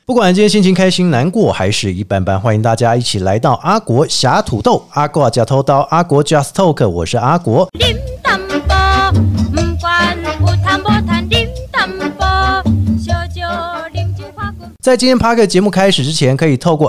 不管今天心情开心、难过还是一般般，欢迎大家一起来到阿国侠土豆，阿国加偷刀，阿国 Just Talk， 我是阿国。在今天 Podcast 节目开始之前，可以透过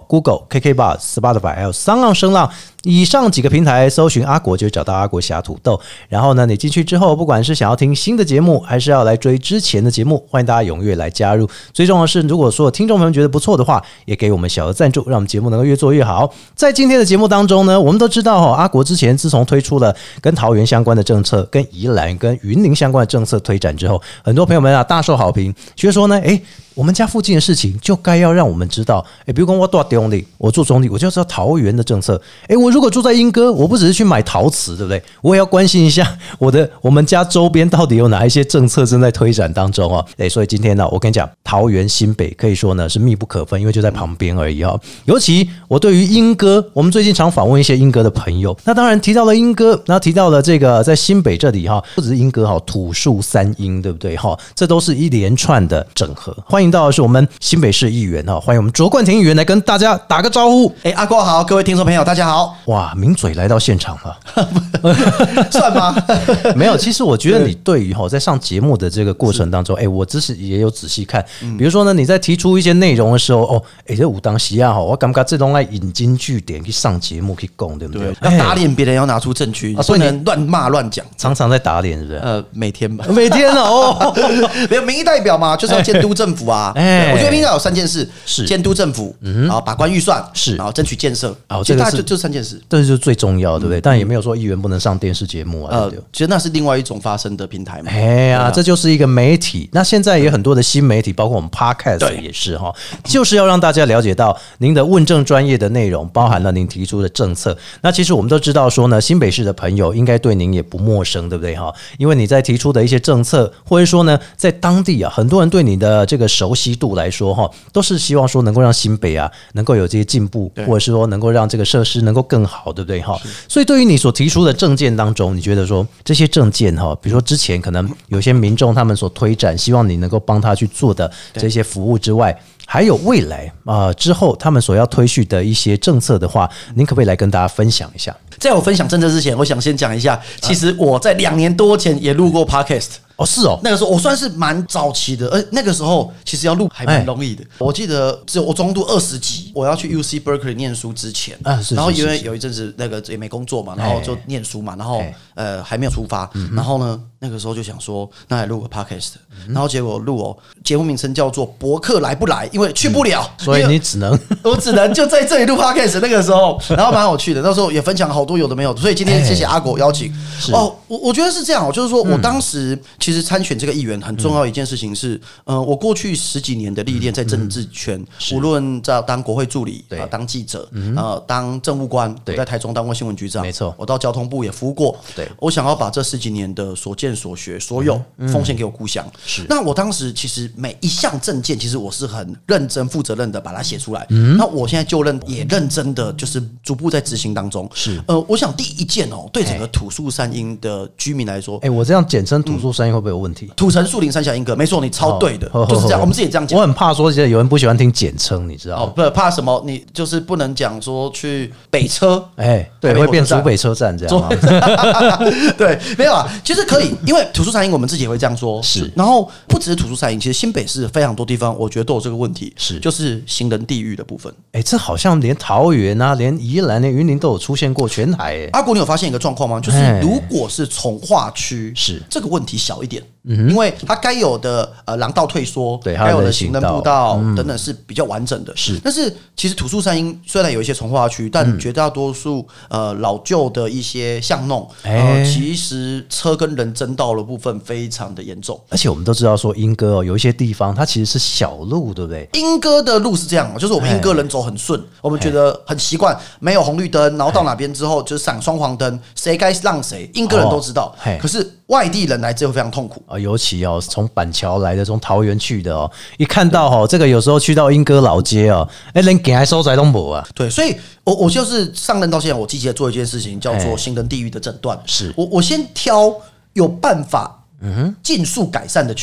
Apple、Google、KKBOX、Spotify 还有SoundOn声浪以上几个平台搜寻阿国，就会找到阿国侠土豆。然后呢，你进去之后，不管是想要听新的节目，还是要来追之前的节目，欢迎大家踊跃来加入。最重要的是，如果说听众朋友们觉得不错的话，也给我们小额赞助，让我们节目能够越做越好。在今天的节目当中呢，我们都知道阿国之前自从推出了跟桃园相关的政策、跟宜兰、跟云林相关的政策推展之后，很多朋友们大受好评，觉得说呢，我们家附近的事情就该要让我们知道。比如说我住中立，我住中立，我就知道桃园的政策。我如果住在莺歌，我不只是去买陶瓷，对不对？我也要关心一下我们家周边到底有哪一些政策正在推展当中哦。所以今天呢，我跟你讲，桃园新北可以说呢是密不可分，因为就在旁边而已哦。尤其我对于莺歌，我们最近常访问一些莺歌的朋友，那当然提到了莺歌，然后提到了这个在新北这里不只是莺歌土树三莺，对不对？这都是一连串的整合。欢迎到的是我们新北市议员，欢迎我们卓冠廷议员来跟大家打个招呼。 阿国好，各位听众朋友大家好。 哇，名嘴来到现场了算吗？ 没有，其实我觉得你对于在上节目的这个过程当中，我只是也有仔细看，比如说呢，你在提出一些内容的时候，这有当时我感觉这种来引经据典去上节目去讲，对不对？ 要打脸别人，要拿出证据，不能乱骂乱讲。 常常在打脸，是不是？ 每天吧， 每天哦。 没有民意代表嘛，就是要监督政府啊。我觉得民意代表有3件事：是监督政府，然后把关预算，是然后争取建设。这个就3件事， 这就是最重要的，对不对？但也没有说议员不能上电视节目啊。 其实那是另外一种发声的平台嘛。 这就是一个媒体。那现在也很多的新媒体，包括我们 Podcast 也是就是要让大家了解到您的问政专业的内容，包含了您提出的政策。那其实我们都知道说呢，新北市的朋友应该对您也不陌生，对不对？因为你在提出的一些政策，或者说呢，在当地很多人对你的这个熟悉度来说都是希望说能够让新北能够有这些进步，或者是说能够让这个设施能够更好，对不对？所以对于你所提出的政见当中，你觉得说这些政见比如说之前可能有些民众他们所推展，希望你能够帮他去做的这些服务之外，还有未来之后他们所要推续的一些政策的话，您可不可以来跟大家分享一下？ 在我分享政策之前，我想先讲一下，其实我在2年多前也录过 Podcast。 是哦， 那个时候我算是蛮早期的，而那个时候其实要录还蛮容易的。我记得只有我中度20集，我要去 UC Berkeley 念书之前，然后因为有一阵子那个也没工作嘛，然后就念书嘛，然后还没有出发，然后呢那个时候就想说，那来录个 podcast，然后结果录节目名称叫做博客来不来，因为去不了， 所以你我只能就在这里录 podcast。那个时候，然后蛮有趣的，那时候也分享好多有的没有的，所以今天谢谢阿国邀请。我觉得是这样，就是说我当时其实参选这个议员很重要一件事情是，我过去10几年的历练在政治圈，无论在当国会助理、当记者、当政务官，我在台中当过新闻局长， 没错， 我到交通部也服务过。我想要把这10几年的所见所学，所有奉献给我故乡。那我当时其实每一项政见，其实我是很认真、负责任的把它写出来。那我现在就也认真的，就是逐步在执行当中。我想第一件对整个土树山阴的居民来说， 我这样简称土树山阴会不会有问题？ 土城、树林、三峡、莺歌，没错，你超对的，就是这样。我们自己也这样讲。 我很怕说有人不喜欢听简称，你知道吗？ 不怕什么？你就是不能讲说去北车， 对，会变竹北车站这样吗？ 对，没有啊，其实可以，因为土树山阴我们自己也会这样说。是，然后不只是土树山阴，其实新北市非常多地方，我觉得都有这个问题，就是行人地狱的部分。 这好像连桃园连宜兰、连云林都有出现过全台。 阿国，你有发现一个状况吗？就是如果是从化区，这个问题小一点。因为它该有的廊道退缩，该有的行人步道等等是比较完整的。但是其实土树山阴虽然有一些从化区，但绝大多数老旧的一些巷弄，其实车跟人争道的部分非常的严重。 而且我们都知道说莺歌有一些地方它其实是小路，对不对？ 莺歌的路是这样，就是我们莺歌人走很顺，我们觉得很习惯，没有红绿灯，然后到哪边之后就是闪双黄灯，谁该让谁，莺歌人都知道。可是外地人来这会非常痛苦。 尤其从板桥来的，从桃园去的一看到这个有时候去到莺歌老街连给还收窄都没啊。 对，所以我就是上任到现在，我积极的做一件事情，叫做行人地狱的诊断。我先挑有办法尽速改善的区域。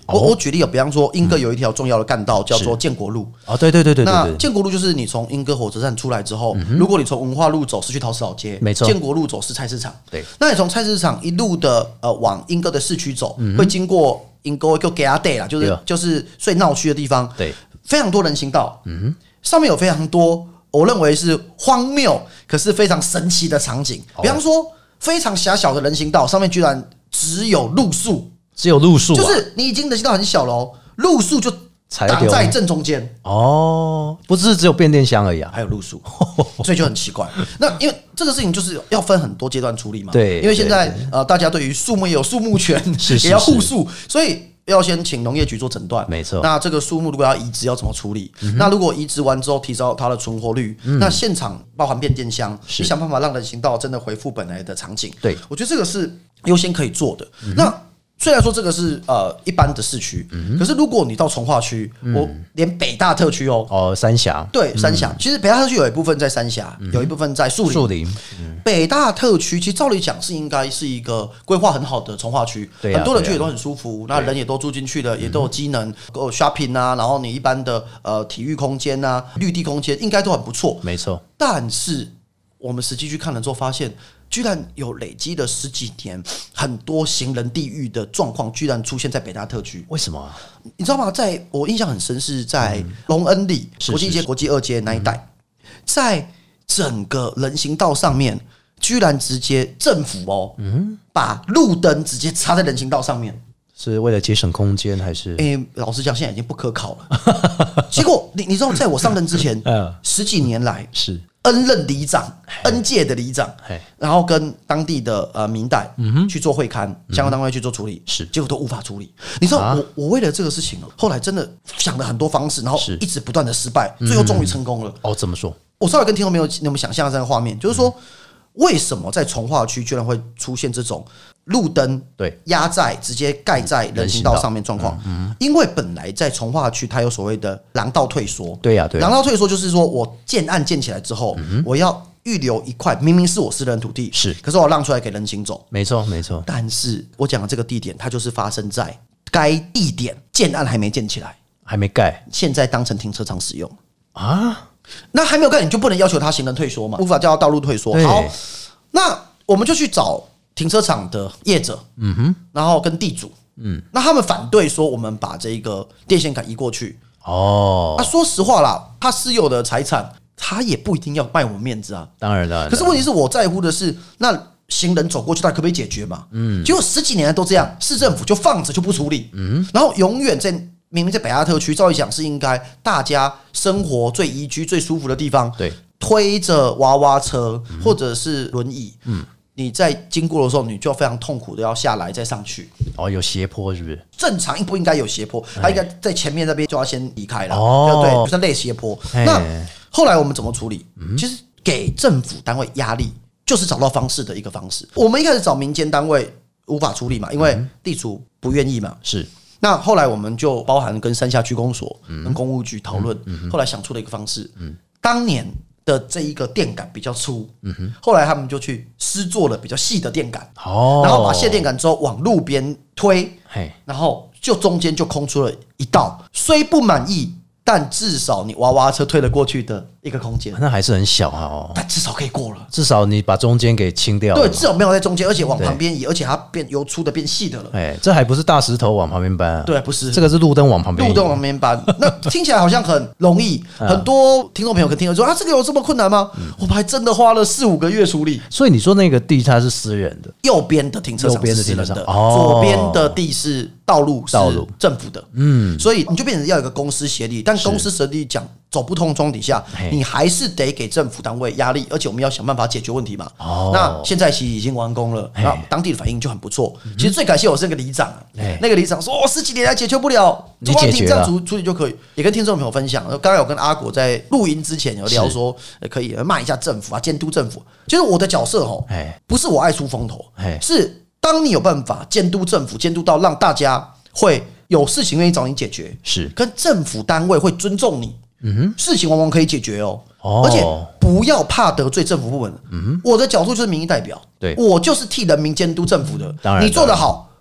我举例比方说莺歌有一条重要的干道叫做建国路。 对， 那建国路就是你从莺歌火车站出来之后，如果你从文化路走是去陶瓷老街， 没错。 建国路走是菜市场。 对， 那你从菜市场一路的往莺歌的市区走，会经过莺歌就给阿地啦，就是最闹区的地方。 对， 非常多人行道，上面有非常多我认为是荒谬可是非常神奇的场景。比方说非常狭小的人行道上面居然只有路树，就是你已经人行道很小了路树就挡在正中间。 不是只有变电箱而已还有路树，所以就很奇怪。那因为这个事情就是要分很多阶段处理嘛。 对， 因为现在大家对于树木也有树木权，也要护树，所以要先请农业局做诊断。 没错。 那这个树木如果要移植要怎么处理？那如果移植完之后提高它的存活率，那现场包含变电箱，你想办法让人行道真的恢复本来的场景。 对， 我觉得这个是优先可以做的。那虽然说这个是一般的市区，可是如果你到从化区，我连北大特区三峡， 对，三峡，其实北大特区有一部分在三峡，有一部分在树林。北大特区其实照理讲是应该是一个规划很好的从化区，很多人去也都很舒服，那人也都住进去了，也都有机能，有 shopping 啊，然后你一般的体育空间啊、绿地空间应该都很不错， 没错。但是我们实际去看了之后发现，居然有累积了10几年，很多行人地狱的状况居然出现在北大特区。 为什么你知道吗？在我印象很深是在隆恩里国际街、国际2街那一带，在整个人行道上面，居然直接政府把路灯直接插在人行道上面。 是为了节省空间还是？ 老实讲，现在已经不可考了。结果你知道，在我上任之前10几年来是。 N 任里长 ，N 届的里长，然后跟当地的民代去做会勘，相关单位去做处理，结果都无法处理。你知道我为了这个事情后来真的想了很多方式，然后一直不断的失败，最后终于成功了。 怎么说？ 我稍微跟听众朋友你们想象这个画面，就是说为什么在从化区居然会出现这种路灯压在直接盖在人行道上面状况？因为本来在从化区它有所谓的廊道退缩， 对， 廊道退缩就是说我建案建起来之后，我要预留一块明明是我私人土地，可是我让出来给人行走， 没错。 但是我讲的这个地点，它就是发生在该地点建案还没建起来， 还没盖， 现在当成停车场使用那还没有盖，你就不能要求他行人退缩嘛，无法叫他道路退缩。好，那我们就去找停车场的业者，然后跟地主，那他们反对说我们把这个电线杆移过去。说实话啦，他私有的财产，他也不一定要卖我们面子啊。 当然。 可是问题是我在乎的是，那行人走过去，他可不可以解决嘛？结果10几年来都这样，市政府就放着就不处理，然后永远明明在北大特区，照理讲是应该大家生活最宜居、最舒服的地方，推着娃娃车或者是轮椅，你在经过的时候，你就要非常痛苦的要下来再上去。 有斜坡是不是？ 正常不应该有斜坡，它应该在前面那边就要先离开了。对，就是类斜坡。那后来我们怎么处理？其实给政府单位压力，就是找到方式的一个方式。我们一开始找民间单位无法处理嘛，因为地主不愿意嘛。 是。 那后来我们就包含跟三峡区公所、跟公务局讨论，后来想出了一个方式。当年的这一个电杆比较粗，后来他们就去施作了比较细的电杆，然后把卸电杆之后往路边推，然后就中间就空出了一道，虽不满意，但至少你娃娃车推了过去的一个空间， 那还是很小但至少可以过了， 至少你把中间给清掉了， 对，至少没有在中间，而且往旁边移，而且它变由粗的变细的了。 这还不是大石头往旁边搬对，不是， 这个是路灯往旁边移， 路灯往旁边搬。那听起来好像很容易，很多听众朋友可能听了说这个有这么困难吗？我们还真的花了4、5个月处理。 所以你说那个地它是私人的， 右边的停车场是私人的，左边的地是道路，是政府的。所以你就变成要有一个公司协力，但公司协力讲走不通状底下，你还是得给政府单位压力，而且我们要想办法解决问题嘛。那现在其实已经完工了，那当地的反应就很不错。其实最感谢我是那个里长，那个里长说10几年来解决不了， 你解决了， 这样处理就可以。也跟听众朋友分享，刚刚有跟阿国在录音之前有聊说，可以骂一下政府啊，监督政府。就是我的角色不是我爱出风头，是当你有办法监督政府，监督到让大家会有事情愿意找你解决， 是跟政府单位会尊重你。事情往往可以解决而且不要怕得罪政府部门。我的角度就是民意代表，我就是替人民监督政府的。你做得好，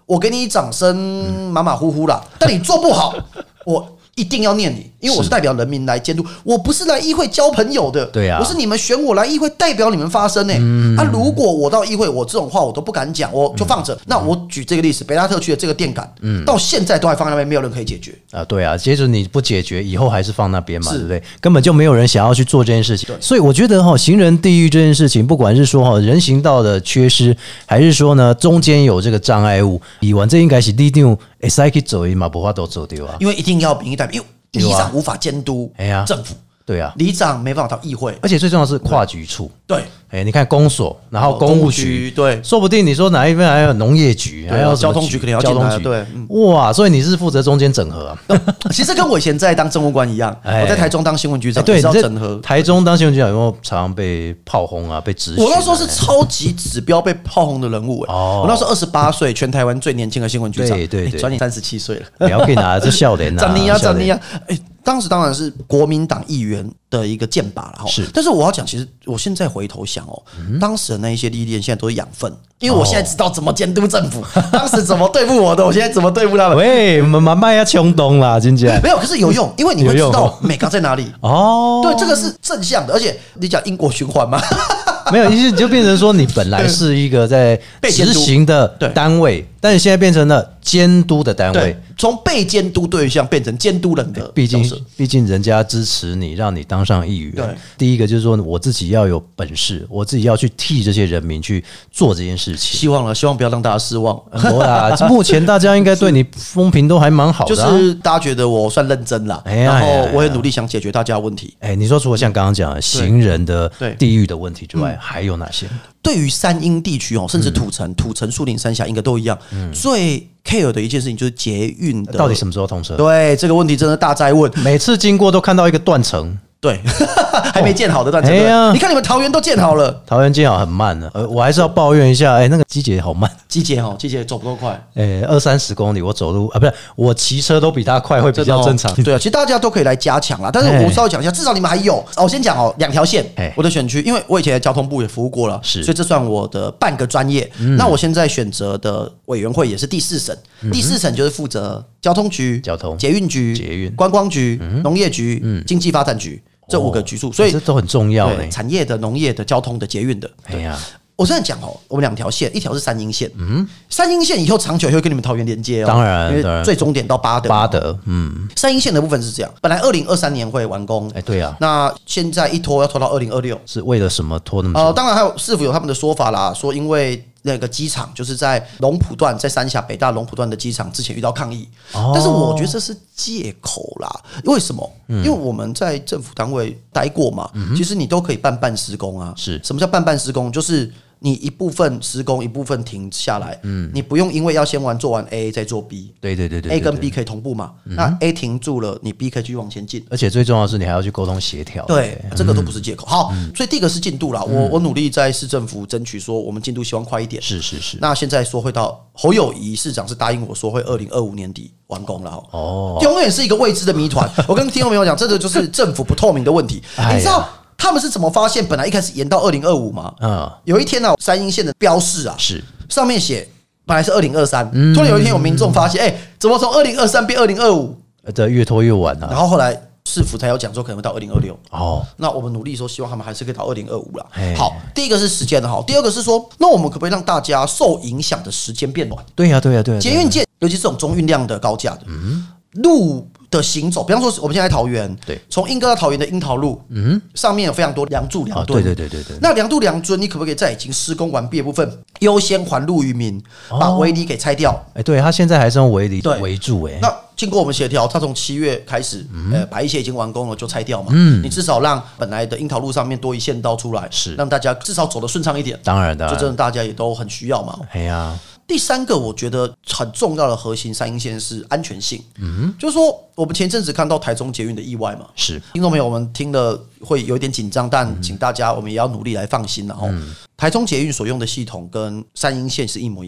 我给你掌声，马马虎虎啦，但你做不好，我一定要念你，因为我是代表人民来监督，我不是来议会交朋友的。 对啊， 我是你们选我来议会代表你们发声如果我到议会，我这种话我都不敢讲，我就放着。那我举这个例子，北大特区的这个电感，到现在都还放在那边，没有人可以解决啊。对啊，接着你不解决，以后还是放那边嘛，对不对？根本就没有人想要去做这件事情。所以我觉得行人地狱这件事情，不管是说人行道的缺失，还是说呢中间有这个障碍物，以完这应该是里长会使去做嘛，无法都做掉啊。 因为一定要民意代表，因为里长无法监督政府。 对啊， 里长没办法到议会， 而且最重要的是跨局处。 对， 你看公所，然后公务局， 对， 说不定你说哪一边还有农业局，还有交通局，可能要进来，对， 哇，所以你是负责中间整合啊。 其实跟我以前在当政务官一样，我在台中当新闻局长，也是要整合。 台中当新闻局长有没有常常被炮轰啊？被质询？ 我那时候是超级指标被炮轰的人物我那时候28岁，全台湾最年轻的新闻局长，对，转眼37岁了， 不要给拿这笑脸啊！ 长你啊，长你啊！当时当然是国民党议员的一个箭靶了哈，但是我要讲，其实我现在回头想当时的那一些历练，现在都是养分，因为我现在知道怎么监督政府，当时怎么对付我的，我现在怎么对付他们。 喂，慢慢要冲动啦，真的没有，可是有用，因为你会知道美感在哪里哦。 对，这个是正向的，而且你讲因果循环嘛。 没有，意思你就变成说，你本来是一个在执行的单位，但是现在变成了监督的单位， 从被监督对象变成监督人的。 毕竟人家支持你，让你当上议员。第一个就是说，我自己要有本事，我自己要去替这些人民去做这件事情。 希望不要让大家失望。 目前大家应该对你风评都还蛮好的， 就是大家觉得我算认真啦，然后我也努力想解决大家的问题。 你说除了像刚刚讲的行人的地域的问题之外，还有哪些？ 对于三鶯地区甚至土城、树林、三峡应该都一样。最 care 的一件事情就是捷运的到底什么时候通车？ 对，这个问题真的大哉问， 每次经过都看到一个断层。 对，还没建好的断层。你看你们桃园都建好了， 桃园建好很慢了。我还是要抱怨一下，那个机捷好慢， 机捷走不够快。 20-30公里，我走路不是我骑车都比他快，会比较正常。 对啊，其实大家都可以来加强啦。但是我稍微讲一下，至少你们还有。我先讲2条线，我的选区，因为我以前在交通部也服务过了，所以这算我的半个专业。那我现在选择的委员会也是第4省，第4省就是负责交通局、捷运局、观光局、农业局、经济发展局。这5个局处，所以这都很重要。 产业的、农业的、交通的、捷运的。我这样讲我们2条线，一条是三鶯线，三鶯线以后长久也会跟你们桃园连接当然， 因为最终点到八德，三鶯线的部分是这样，本来2023年会完工， 对啊， 那现在一拖要拖到2026， 是为了什么拖那么久？ 当然还有市府有他们的说法啦，说因为那个机场就是在龙埔段，在三峡北大龙埔段的机场之前遇到抗议，但是我觉得这是借口啦。为什么？因为我们在政府单位待过嘛，其实你都可以办施工啊。是什么叫办施工？就是你一部分施工，一部分停下来，你不用因为要先做完 A 再做 B， 对 A 跟 B 可以同步嘛，那 A 停住了，你 B 可以继续往前进， 而且最重要的是你还要去沟通协调， 对，这个都不是借口。好，所以第一个是进度啦，我努力在市政府争取说我们进度希望快一点，是，那现在说会到侯友宜市长是答应我说会2025年底完工了，永远是一个未知的谜团。我跟听众朋友讲，这个就是政府不透明的问题，你知道他们是怎么发现本来一开始延到2025吗？有一天三鶯线的标示是上面写本来是2023，突然有一天有民众发现，怎么从2023变2025？ 越拖越晚啊。 然后后来市府才有讲说可能会到2026。那我们努力说，希望他们还是可以到2025啦。好，第一个是时间的好，第二个是说，那我们可不可以让大家受影捷的时间变短？对啊。捷运建，尤其是这种中运量的高架的路的行走，比方说我们现在在桃园，从莺歌到桃园的樱桃路，上面有非常多梁柱梁墩，对。那梁柱梁墩，你可不可以在已经施工完毕的部分优先还路于民，把围篱给拆掉？ 对，他现在还是用围篱围住， 那经过我们协调，他从7月开始，把一些已经完工了就拆掉嘛，你至少让本来的樱桃路上面多一线道出来，是让大家至少走得顺畅一点。当然，这真的大家也都很需要嘛。第三个我觉得很重要的核心三鶯线是安全性，就是说我们前阵子看到台中捷运的意外嘛，是听众朋友我们听了会有一点紧张，但请大家我们也要努力来放心。然后台中捷运所用的系统跟三鶯线是一模一样，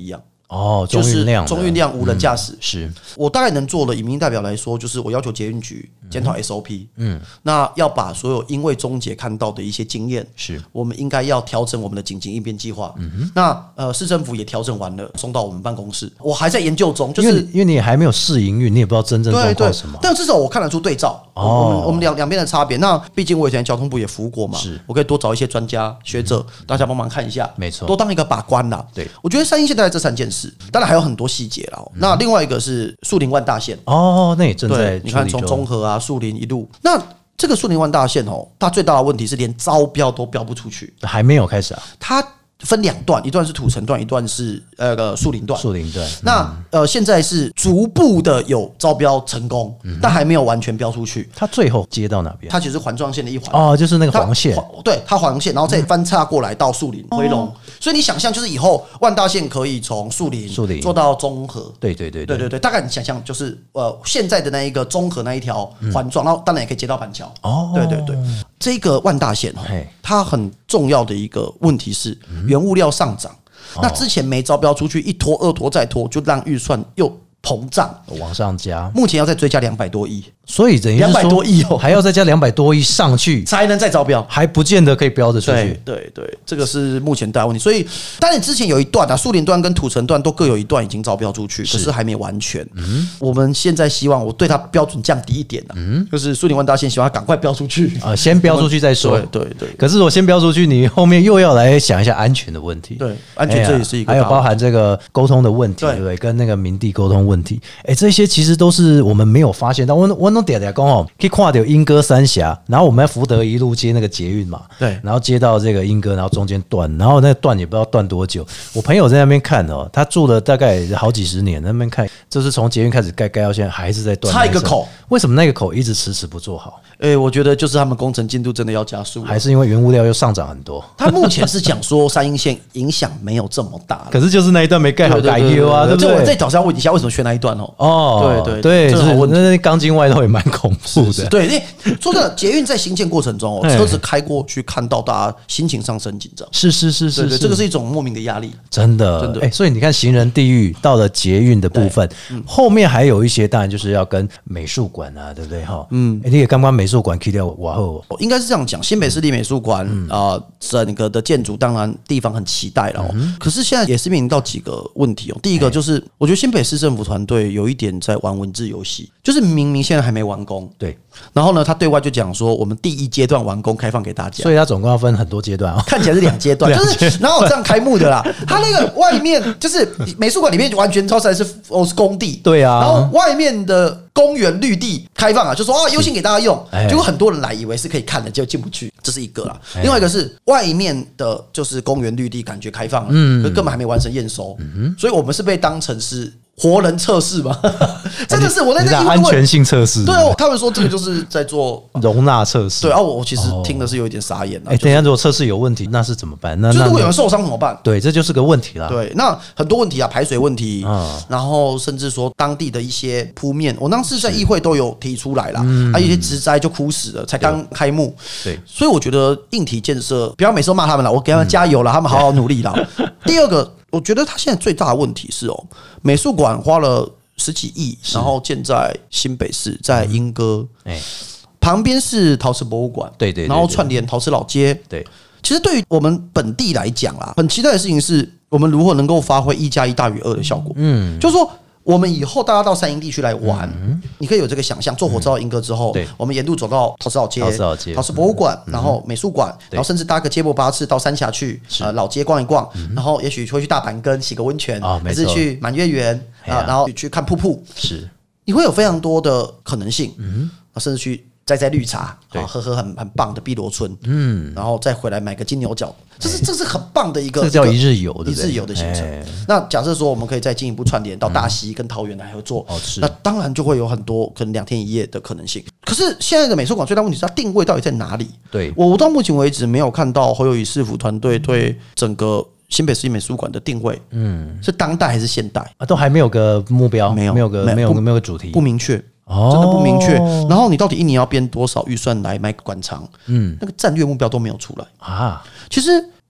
就是中运量无人驾驶。 是我大概能做的，以民意代表来说，就是我要求捷运局检讨 SOP，那要把所有因为中捷看到的一些经验， 是我们应该要调整我们的紧急应变计划。那市政府也调整完了，送到我们办公室，我还在研究中，就是因为你还没有试营运，你也不知道真正状况什么。 但至少我看得出对照，我们两边的差别。那毕竟我以前交通部也服务过嘛，我可以多找一些专家学者，大家帮忙看一下， 没错， 多当一个把关啦。 对， 我觉得三鶯线大概这3件事，当然还有很多细节啦。那另外一个是树林万大线， 那也正在你看从中和啊、树林一路，那这个树林万大线它最大的问题是连招标都标不出去， 还没有开始啊， 它分2段，一段是土城段，一段是树林段。 树林段。 那现在是逐步的有招标成功，但还没有完全标出去。 它最后接到哪边？ 它其实是环状线的一环就是那个黄线。 对，它黄线，然后再翻岔过来到树林回龙。所以你想象，就是以后万大线可以从树林做到中和。 对， 大概你想象就是现在的那一个中和那一条环状，然后当然也可以接到板桥。对，这个万大线它很重要的一个问题是原物料上涨。那之前没招标出去，一拖2拖再拖，就让预算又膨胀往上加。 目前要再追加200多亿。 所以等于 200多亿还要再加200多亿上去， 才能再招标， 还不见得可以标得出去。 对，这个是目前大问题。所以，当然之前有一段树林段跟土城段都各有一段已经招标出去，可是还没完全。我们现在希望我对它标准降低一点就是树林万大线，希望它赶快标出去先标出去再说。 对。 可是我先标出去，你后面又要来想一下安全的问题。 对，安全这也是一个， 还有包含这个沟通的问题，对不对？跟那个民地沟通问题，这些其实都是我们没有发现到。我弄点点讲可以跨掉莺歌三峡，然后我们在福德一路接那个捷运嘛， 对， 然后接到这个莺歌，然后中间断，然后那个断也不知道断多久。我朋友在那边看他住了大概好几十年，在那边看，就是从捷运开始盖到现在还是在断。 差一个口， 为什么那个口一直迟迟不做好？ 我觉得就是他们工程进度真的要加速， 还是因为原物料又上涨很多？ 他目前是讲说三鶯线影响没有这么大， 可是就是那一段没盖好改优啊，对不对？ 我再找下问一下，为什么选那一段对，那钢筋外露也蛮恐怖的。 对，说真的，捷运在兴建过程中车子开过去看到，大家心情上是很紧张。 是， 对，这个是一种莫名的压力， 真的。所以你看，行人地狱到了捷运的部分，后面还有一些，当然就是要跟美术馆啊，对不对？你也刚刚美术馆 key 掉往后， 应该是这样讲。新北市立美术馆整个的建筑，当然地方很期待了。可是现在也是面临到几个问题。第一个就是，我觉得新北市政府团队有一点在玩文字游戏，就是明明现在还没完工， 对。 然后呢，他对外就讲说，我们第1阶段完工开放给大家， 所以他总共要分很多阶段看起来是2阶段，就是哪有这样开幕的啦？他那个外面就是美术馆里面完全超出来是工地， 对啊， 然后外面的公园绿地开放就说优先给大家用，结果很多人来以为是可以看的，结果进不去，这是一个啦。另外一个是外面的就是公园绿地感觉开放了，可根本还没完成验收，所以我们是被当成是活人测试吗？真的是我在那安全性测试。 对他们说这个就是在做容纳测试。 对我其实听的是有一点傻眼。 等一下，如果测试有问题，那是怎么办？那如果有人受伤怎么办？ 对，这就是个问题啦。 对，那很多问题排水问题，然后甚至说当地的一些铺面，我当时在议会都有提出来啦。有一些植栽就枯死了，才刚开幕。 对， 所以我觉得硬体建设，不要每次都骂他们了，我给他们加油了，他们好好努力啦。第二个。我觉得他现在最大的问题是美术馆花了10几亿，然后建在新北市，在莺歌，旁边是陶瓷博物馆， 对， 然后串联陶瓷老街， 对。 其实对于我们本地来讲啦，很期待的事情是我们如何能够发挥1+1大于2的效果。就是说。我们以后大家到三鶯地区来玩，你可以有这个想象：坐火车到莺歌之后，我们沿路走到陶瓷老街、陶瓷博物馆，然后美术馆，然后甚至搭个接驳巴士到三峡去，老街逛一逛，然后也许会去大板根洗个温泉，还是去满月园然后去看瀑布， 是你会有非常多的可能性，甚至去摘绿茶，喝很棒的碧螺春，然后再回来买个金牛角，这是很棒的一个， 这叫一日游，对不对？ 一日游的行程。那假设说我们可以再进一步串联到大溪跟桃园来合作，那当然就会有很多可能2天1夜的可能性。可是现在的美术馆最大问题是它定位到底在哪里？ 对， 我到目前为止没有看到侯友宜市府团队对整个新北市立美术馆的定位，是当代还是现代都还没有个目标，没有个主题， 不明确。真的不明确，然后你到底1年要编多少预算来买馆藏？那个战略目标都没有出来啊。其实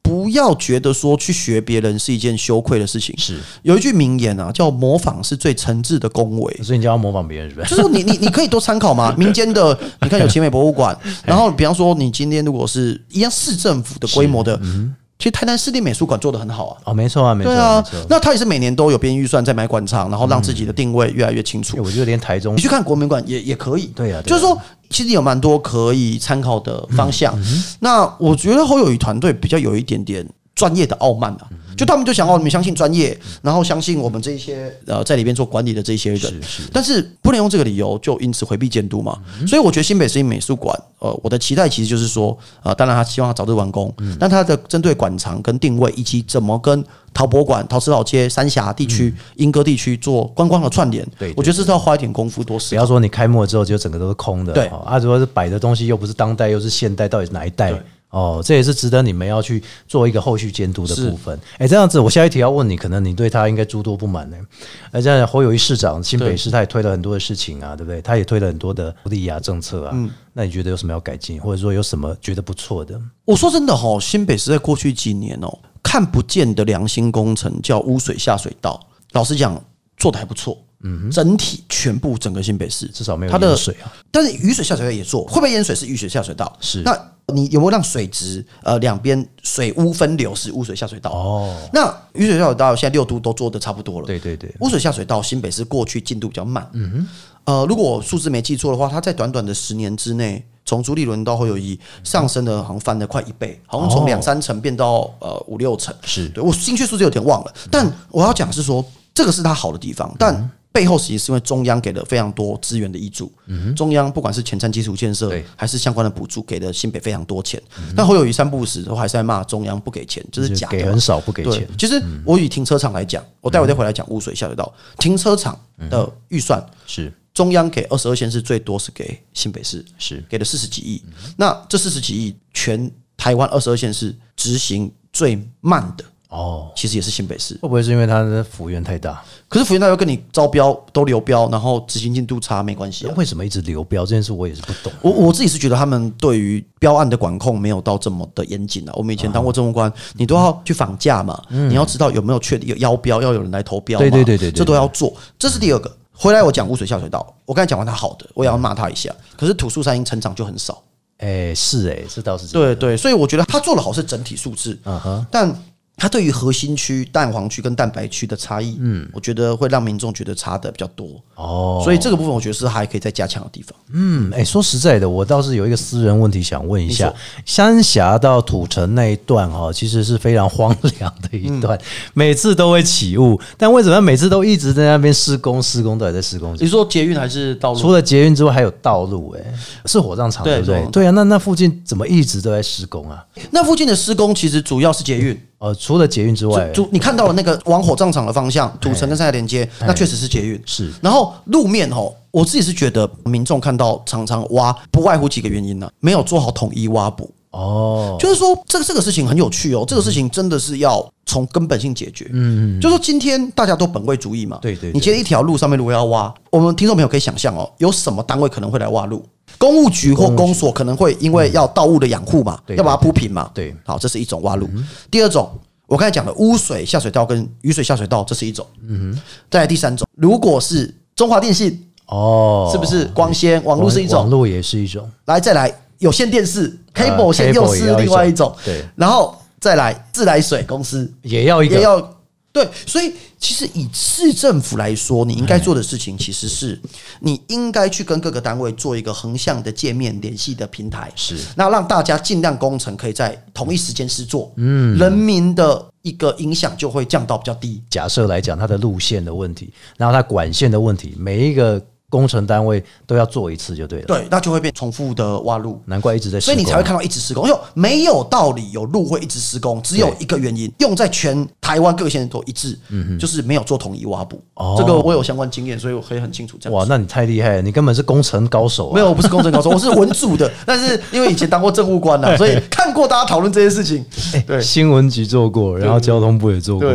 不要觉得说去学别人是一件羞愧的事情。 是有一句名言啊，叫模仿是最诚挚的恭维。 所以你就要模仿别人，是不是？ 就是你可以多参考嘛，民间的，你看有奇美博物馆，然后比方说你今天如果是一样市政府的规模的。其实台南市立美术馆做得很好啊。 哦，没错啊，没错。对啊，那他也是每年都有编预算在买馆场，然后让自己的定位越来越清楚。 我觉得连台中， 你去看国民馆也可以。 对啊， 就是说其实有蛮多可以参考的方向。那我觉得侯友宜团队比较有一点点专业的傲慢啊。就他们就想你们相信专业，然后相信我们这些在里边做管理的这些人，但是不能用这个理由就因此回避监督嘛。所以我觉得新北市立美术馆，我的期待其实就是说，当然他希望他早日完工，但他的针对馆藏跟定位以及怎么跟陶博馆、陶瓷老街、三峡地区、莺歌地区做观光的串联，我觉得这是要花一点功夫多思考。 不要说你开幕了之后就整个都是空的， 对啊，如果是摆的东西又不是当代又是现代，到底是哪一代？这也是值得你们要去做一个后续监督的部分。这样子，我下一题要问你，可能你对他应该诸多不满呢。这样侯友宜市长，新北市他也推了很多的事情啊，对不对？他也推了很多的福利亚政策啊。那你觉得有什么要改进，或者说有什么觉得不错的？ 我说真的新北市在过去几年看不见的良心工程叫污水下水道，老实讲做得还不错。整体整个新北市至少没有淹水啊， 但是雨水下水道也做，会不会淹水是雨水下水道。是，那你有没有让水质两边水污分流是污水下水道？那雨水下水道现在6都都做的差不多了。 对对对， 污水下水道新北市过去进度比较慢。如果我数字没记错的话，它在短短的10年之内，从朱立伦到侯友宜上升的好像翻了快1倍，好像从2-3成变到5-6成。是，对，我精确数字有点忘了，但我要讲是说这个是它好的地方，但背后其实是因为中央给了非常多资源的挹注。中央不管是前瞻基础建设还是相关的补助，给了新北非常多钱。但侯友宜3不5时都还是在骂中央不给钱，这是假的， 给很少不给钱。 其实我以停车场来讲，我待会再回来讲污水下水道。停车场的预算是中央给22县市，最多是给新北市，是给了40几亿。那这40几亿，全台湾22县市执行最慢的。其实也是新北市。 会不会是因为它的幅员太大？ 可是幅员大要跟你招标都流标，然后执行进度差没关系。 为什么一直流标这件事我也是不懂。 我自己是觉得他们对于标案的管控没有到这么的严谨啊。我们以前当过政务官，你都要去访价嘛，你要知道有没有确定有邀标，要有人来投标嘛，对，这都要做。这是第二个。回来我讲污水下水道，我刚才讲完它好的，我也要骂他一下。可是土树山因成长就很少。 这倒是真的。 对，所以我觉得他做的好是整体数字，但它对于核心区、蛋黄区跟蛋白区的差异，我觉得会让民众觉得差的比较多。所以这个部分我觉得是还可以再加强的地方。 说实在的，我倒是有一个私人问题想问一下，三峡到土城那一段其实是非常荒凉的一段，每次都会起雾，但为什么每次都一直在那边施工？到底在施工？ 你说捷运还是道路？ 除了捷运之外，还有道路，是火葬场对不对？对啊，那附近怎么一直都在施工啊？ 那附近的施工其实主要是捷运。 除了捷运之外， 你看到了那个往火葬场的方向，土城跟三峡连接，那确实是捷运。是，然后路面我自己是觉得民众看到常常挖，不外乎几个原因呢，没有做好统一挖补。就是说这个事情很有趣这个事情真的是要从根本性解决。就是说今天大家都本位主义嘛，对，你今天一条路上面如果要挖，我们听众朋友可以想象有什么单位可能会来挖路？公务局或公所可能会因为要道路的养护嘛，要把它铺平嘛。对，好，这是一种挖路。第二种，我刚才讲的污水下水道跟雨水下水道，这是一种。再来第三种，如果是中华电信，是不是光纤网络是一种？ 网络也是一种。 再来有线电视 ，cable 线又是另外一种。对，然后再来自来水公司也要一个。 对，所以其实以市政府来说，你应该做的事情其实是你应该去跟各个单位做一个横向的界面联系的平台，是那让大家尽量工程可以在同一时间施作，人民的一个影响就会降到比较低。 假设来讲，它的路线的问题，然后它管线的问题，每一个工程单位都要做一次就对了。 对，那就会变重复的挖路， 难怪一直在施工， 所以你才会看到一直施工。因为没有道理有路会一直施工，只有一个原因，用在全台湾各个县都一致，就是没有做统一挖补。这个我有相关经验，所以我可以很清楚这样。 哇，那你太厉害了，你根本是工程高手。 没有，我不是工程高手，我是文组的。但是因为以前当过政务官所以看过大家讨论这些事情。 对，新闻局做过，然后交通部也做过。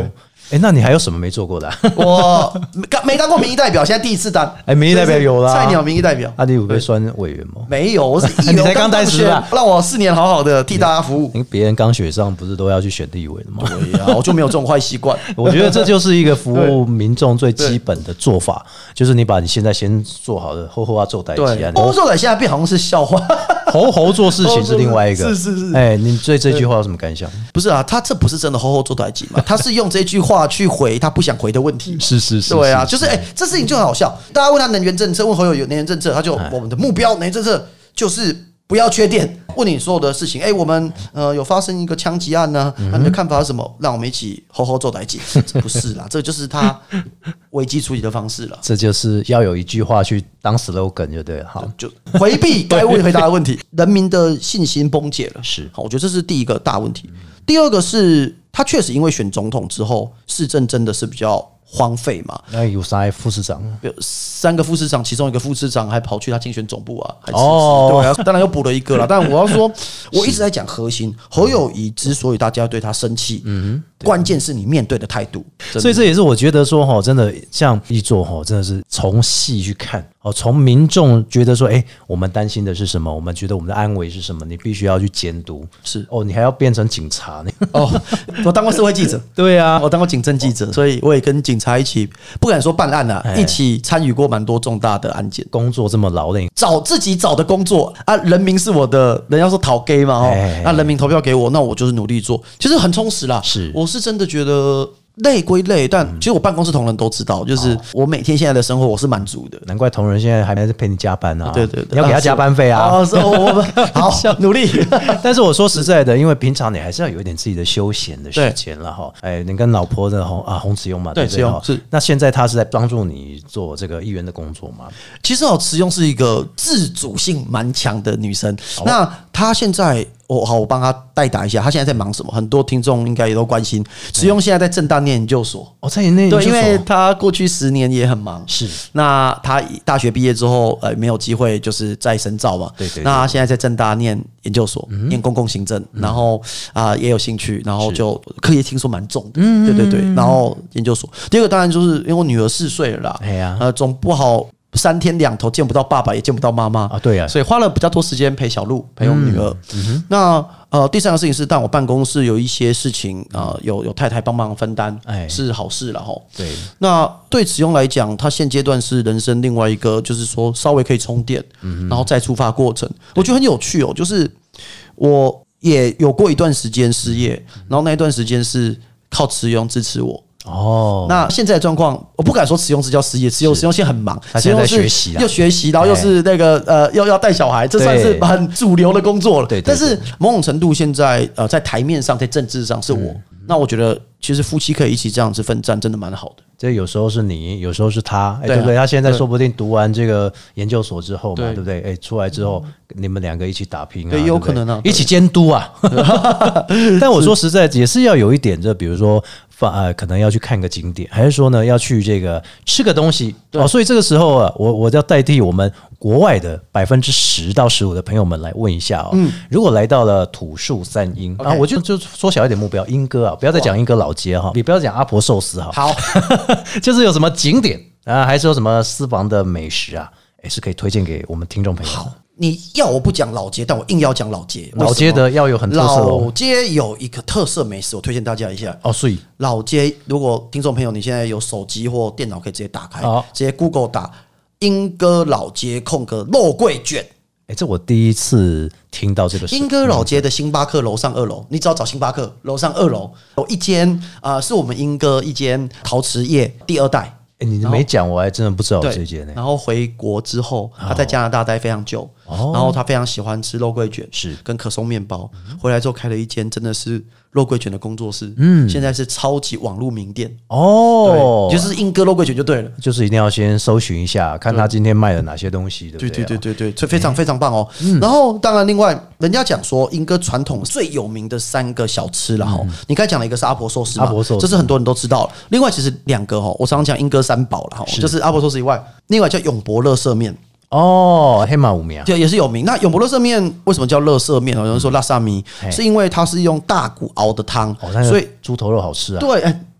那你还有什么没做过的？ 我没当过民意代表，现在第一次当。 民意代表有啦， 菜鸟民意代表。 你有被算委员吗？ 没有，我是议员。 你才刚当选， 让我4年好好的替大家服务。 别人刚选上，不是都要去选立委的吗？ 对呀，我就没有这种坏习惯。 我觉得这就是一个服务民众最基本的做法，就是你把你现在先做好的，后要做代际啊。 后做代现在变好像是笑话。 猴做事情是另外一个。 是。 你对这句话有什么感想？ 不是啊，他这不是真的猴做代际嘛？他是用这句话去回他不想回的问题。 是。 对啊，就是这事情就很好笑。大家问他能源政策，问侯友有能源政策，他就我们的目标能源政策就是不要缺电。问你所有的事情，我们有发生一个枪击案呢，那你的看法是什么？让我们一起猴做代际。这不是啦，这就是他危机处理的方式了。 这就是要有一句话去当 slogan 就对了。好， 就回避该回答的问题，人民的信心崩解了。 是， 好，我觉得这是第一个大问题。第二个是他确实因为选总统之后，市政真的是比较荒废嘛。 有3个副市长， 有3个副市长，其中一个副市长还跑去他竞选总部啊，还对啊，当然又补了一个了。但我要说，我一直在讲核心，侯友宜之所以大家对他生气，关键是你面对的态度。 所以这也是我觉得说，真的像一座真的是从细去看，从民众觉得说，我们担心的是什么，我们觉得我们的安危是什么，你必须要去监督。 是你还要变成警察呢。 我当过社会记者， 对啊， 我当过警政记者，所以我也跟警察一起，不敢说办案啊，一起参与过蛮多重大的案件。 工作这么劳累， 自己找的工作啊，人民是我的，人家说讨给嘛，那人民投票给我，那我就是努力做，其实很充实啦。我是真的觉得累归累，但其实我办公室同仁都知道，就是我每天现在的生活我是满足的。 难怪同仁现在还在陪你加班啊！ 对， 你要给他加班费啊！ 我们好努力。 但是我说实在的，因为平常你还是要有一点自己的休闲的时间了哈。你跟老婆的洪慈庸嘛，对不对？ 是。 那现在他是在帮助你做这个议员的工作吗？ 其实慈庸是一个自主性蛮强的女生。那她现在。我帮他代打一下，他现在在忙什么？很多听众应该也都关心。慈庸现在在政大念研究所， 在念研究所， 对，因为他过去10年也很忙。 是， 那他大学毕业之后，没有机会就是再深造嘛。 对。 那他现在在政大念研究所，念公共行政，然后也有兴趣，然后就课业听说蛮重的。对。然后研究所，第二个当然就是因为我女儿4岁了啦，总不好。3天2头见不到爸爸，也见不到妈妈啊，对啊， 所以花了比较多时间陪小鹿，陪我们女儿。那第3个事情是，但我办公室有一些事情有太太帮忙分担，是好事了齁。 对， 那对慈庸来讲，他现阶段是人生另外一个，就是说稍微可以充电，然后再出发过程，我觉得很有趣哦。就是我也有过一段时间失业，然后那一段时间是靠慈庸支持我。那现在的状况，我不敢说慈庸是叫失业，慈庸现在很忙， 他现在在学习， 又学习，然后又是那个又要带小孩，这算是很主流的工作了。对，但是某种程度现在在台面上，在政治上是我。那我觉得其实夫妻可以一起这样子奋战，真的蛮好的。 这有时候是你，有时候是他，对不对？他现在说不定读完这个研究所之后嘛，对不对？出来之后你们2个一起打拼啊， 对，有可能啊， 一起监督啊。但我说实在，也是要有一点，就比如说可能要去看个景点，还是说呢要去这个吃个东西所以这个时候啊，我要代替我们国外的10%到15%的朋友们来问一下如果来到了土树3英我就缩小一点目标，莺歌不要再讲莺歌老街也不要讲阿婆寿司好，就是有什么景点还是有什么私房的美食是可以推荐给我们听众朋友。 好，你要我不讲老街，但我硬要讲老街。 老街的要有很特色老街有一个特色美食，我推荐大家一下。 所以老街，如果听众朋友你现在有手机或电脑，可以直接打开，直接 Google 打莺歌老街空格肉桂卷。 这我第一次听到这个。 莺歌老街的星巴克楼上2楼，你只要找星巴克楼上2楼有一间是我们莺歌一间陶瓷业第2代。 你没讲，我还真的不知道这件。 然后回国之后，他在加拿大待非常久，然后他非常喜欢吃肉桂卷，是跟可颂面包。回来之后开了一间真的是肉桂卷的工作室，现在是超级网络名店就是莺歌肉桂卷就对了， 就是一定要先搜寻一下，看他今天卖了哪些东西，对不对？ 对，这非常非常棒哦。然后当然，另外人家讲说莺歌传统最有名的3个小吃了你刚才讲了一个是阿婆寿司嘛，这是很多人都知道了。另外其实2个我常常讲莺歌3宝了就是阿婆寿司以外，另外叫永博乐色面。 黑马无名对，也是有名。那永博乐色面为什么叫乐色面？有人说拉萨米，是因为它是用大骨熬的汤，所以猪头肉好吃啊。 对，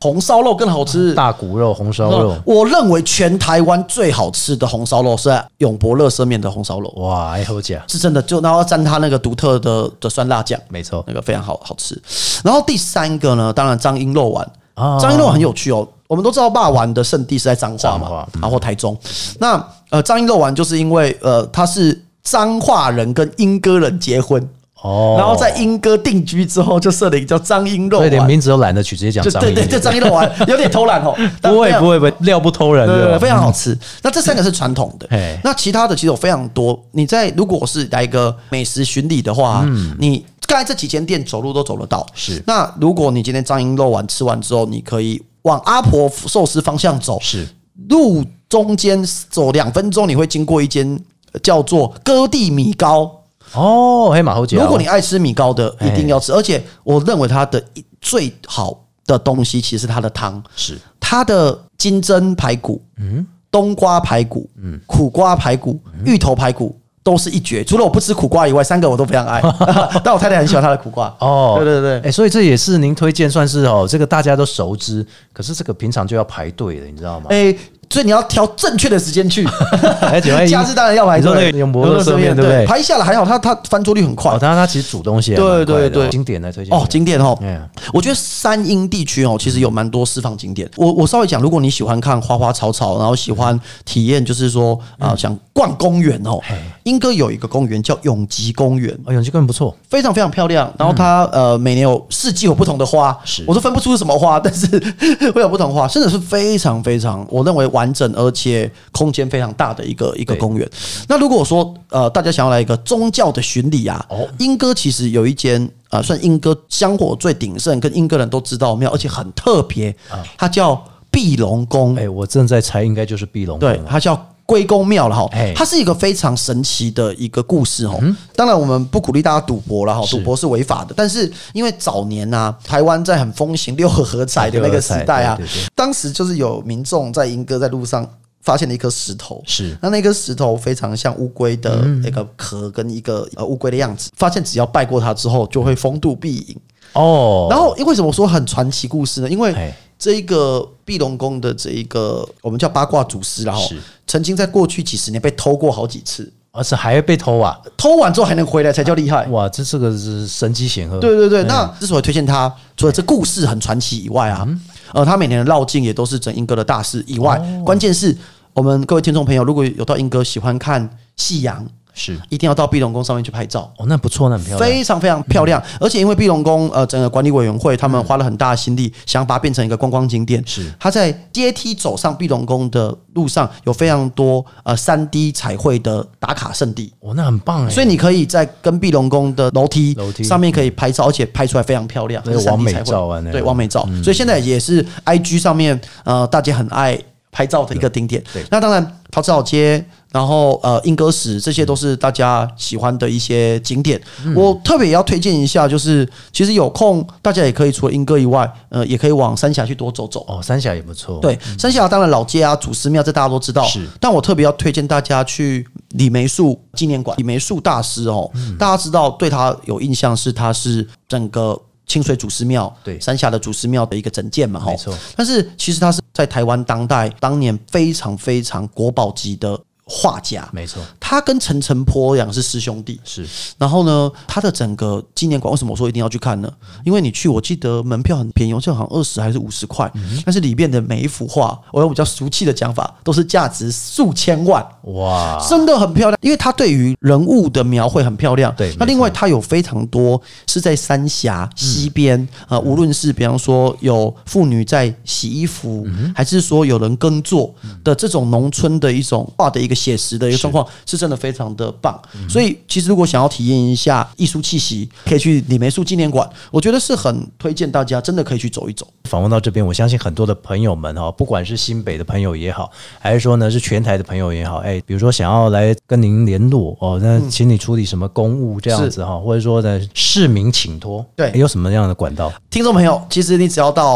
红烧肉更好吃， 大骨肉、红烧肉。 我认为全台湾最好吃的红烧肉是在永博乐色面的红烧肉。 哇，还好吃， 是真的，就然后蘸它那个独特的酸辣酱， 没错， 那个非常好吃。然后第三个呢，当然彰鹰肉丸。彰鹰肉丸很有趣哦，我们都知道肉丸的圣地是在彰化嘛，然后台中。那彰鹰肉丸就是因为它是彰化人跟莺歌人结婚。然后在莺歌定居之后，就设了一个叫彰鹰肉丸， 所以连名字都懒得取，直接讲彰鹰。 对，就彰鹰肉丸有点偷懒哦。 不会，料不偷人， 对，非常好吃。那这三个是传统的，那其他的其实有非常多。你如果是来一个美食巡礼的话，你刚才这几间店走路都走得到。 是。 那如果你今天彰鹰肉丸吃完之后，你可以往阿婆寿司方向走， 是。 路中间走2分钟，你会经过一间叫做割地米糕。 黑马后脚。 如果你爱吃米糕的，一定要吃。而且我认为它的最好的东西，其实是它的汤， 是它的金针排骨、冬瓜排骨、苦瓜排骨、芋头排骨。都是一绝，除了我不吃苦瓜以外，3个我都非常爱。但我太太很喜欢它的苦瓜。对， 所以这也是您推荐，算是这个大家都熟知，可是这个平常就要排队的，你知道吗？ 所以你要挑正确的时间去，假日当然要排队。 你说那个永博乐色面对不对？ 排下来还好，它翻桌率很快。 它其实煮东西对， 经典来推荐经典哦。我觉得三英地区其实有蛮多私房景点。我稍微讲，如果你喜欢看花花草草，然后喜欢体验，就是说想逛公园莺歌有一个公园叫永吉公园， 永吉公园不错， 非常非常漂亮。然后它每年有四季有不同的花，我都分不出是什么花，但是会有不同花，真的是非常非常，我认为完整而且空间非常大的一个公园。那如果说大家想要来一个宗教的巡礼莺歌其实有一间算莺歌香火最鼎盛，跟莺歌人都知道庙，而且很特别，它叫碧龙宫。 我正在猜，应该就是碧龙宫。 对，它叫龟公庙了它是一个非常神奇的一个故事当然我们不鼓励大家赌博了赌博是违法的。但是因为早年台湾在很风行6合彩的那个时代当时就是有民众在莺歌在路上发现了一颗石头，那颗石头非常像乌龟的那个壳跟一个乌龟的样子，发现只要拜过它之后就会风度必赢然后为什么说很传奇故事呢？因为这一个碧龙宫的这一个我们叫八卦祖师曾经在过去几十年被偷过好几次， 而且还被偷偷完之后还能回来才叫厉害。 哇，这个是神机显赫。 对，那之所以推荐他，除了这故事很传奇以外他每年的绕境也都是整莺歌的大事以外，关键是我们各位听众朋友，如果有到莺歌喜欢看夕阳，一定要到碧龙宫上面去拍照那不错，那很漂亮， 非常非常漂亮。而且因为碧龙宫整个管理委员会他们花了很大的心力，想把它变成一个观光景点。它在阶梯走上碧龙宫的路上有非常多3D 彩绘的打卡圣地那很棒所以你可以在跟碧龙宫的楼梯上面可以拍照，而且拍出来非常漂亮， 完美照对，完美照。所以现在也是 IG 上面大家很爱拍照的一个景点。那当然桃子老街，然后莺歌石，这些都是大家喜欢的一些景点。我特别也要推荐一下，就是其实有空大家也可以除了莺歌以外，也可以往三峡去多走走。 三峡也不错。 对，三峡当然老街祖师庙这大家都知道，但我特别要推荐大家去李梅树纪念馆。李梅树大师大家知道对他有印象是他是整个清水祖师庙，对，三峡的祖师庙的一个整件嘛， 没错。 但是其实他是在台湾当年非常非常国宝级的画家， 没错。 他跟陈澄波是师兄弟，然后呢，他的整个纪念馆为什么我说一定要去看呢？因为你去，我记得门票很便宜，就好像20还是50块，但是里面的每一幅画，我用比较俗气的讲法，都是价值数千万，哇，真的很漂亮。因为他对于人物的描绘很漂亮，对。那另外他有非常多是在三峡西边无论是比方说有妇女在洗衣服，还是说有人耕作的这种农村的一种画的一个写实的一个状况，是真的非常的棒。所以其实如果想要体验一下艺术气息，可以去李梅树纪念馆，我觉得是很推荐大家真的可以去走一走。 访问到这边，我相信很多的朋友们不管是新北的朋友也好，还是说呢是全台的朋友也好，比如说想要来跟您联络那请你处理什么公务这样子或者说呢市民请托，对，有什么样的管道？ 听众朋友，其实你只要到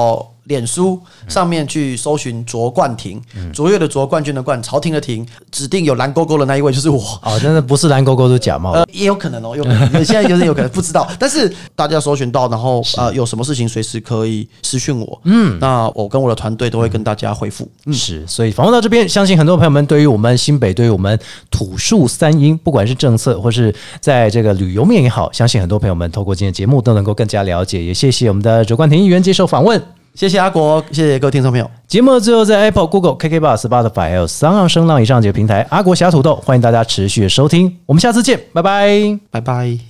脸书上面去搜寻卓冠廷，卓越的卓，冠军的冠，朝廷的廷，指定有蓝勾勾的那一位就是我。 哦，真的不是蓝勾勾是假冒也有可能哦，有可能现在有点有可能不知道，但是大家搜寻到，然后有什么事情随时可以私讯我，那我跟我的团队都会跟大家回复。 是，所以访问到这边，相信很多朋友们对于我们新北，对于我们土树三英，不管是政策或是在这个旅游面也好，相信很多朋友们透过今天的节目都能够更加了解。也谢谢我们的卓冠廷议员接受访问。 谢谢阿国，谢谢各位听众朋友。 节目的最后，在 Apple、Google、KKBOX、Spotify 还有3浪声浪以上几个平台，阿国侠土豆，欢迎大家持续的收听。我们下次见，拜拜， 拜拜。